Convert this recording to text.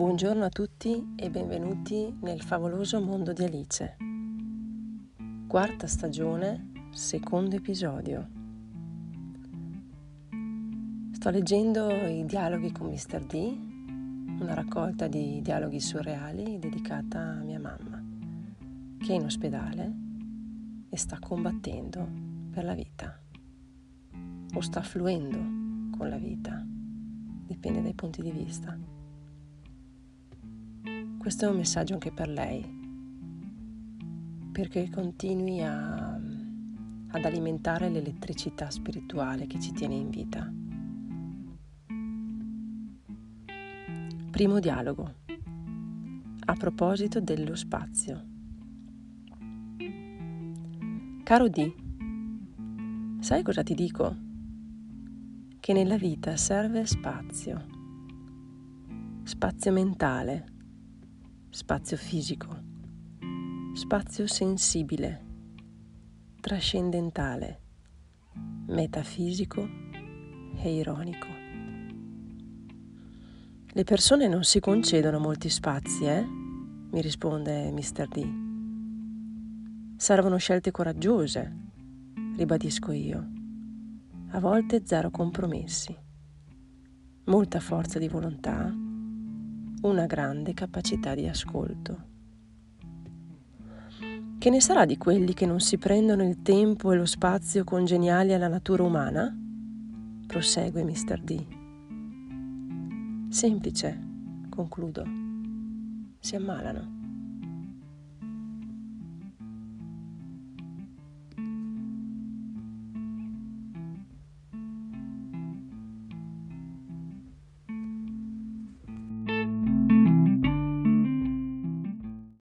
Buongiorno a tutti e benvenuti nel favoloso mondo di Alice. Quarta stagione, secondo episodio. Sto leggendo i dialoghi con Mr. D, una raccolta di dialoghi surreali dedicata a mia mamma, che è in ospedale e sta combattendo per la vita. O sta fluendo con la vita, dipende dai punti di vista. Questo è un messaggio anche per lei, perché continui ad alimentare l'elettricità spirituale che ci tiene in vita. Primo dialogo, a proposito dello spazio. Caro D, sai cosa ti dico? Che nella vita serve spazio mentale, spazio fisico, spazio sensibile, trascendentale, metafisico e ironico. Le persone non si concedono molti spazi, mi risponde Mr. D. Servono scelte coraggiose, ribadisco io. A volte zero compromessi, molta forza di volontà, una grande capacità di ascolto. Che ne sarà di quelli che non si prendono il tempo e lo spazio congeniali alla natura umana? Prosegue Mr. D. Semplice, concludo. Si ammalano.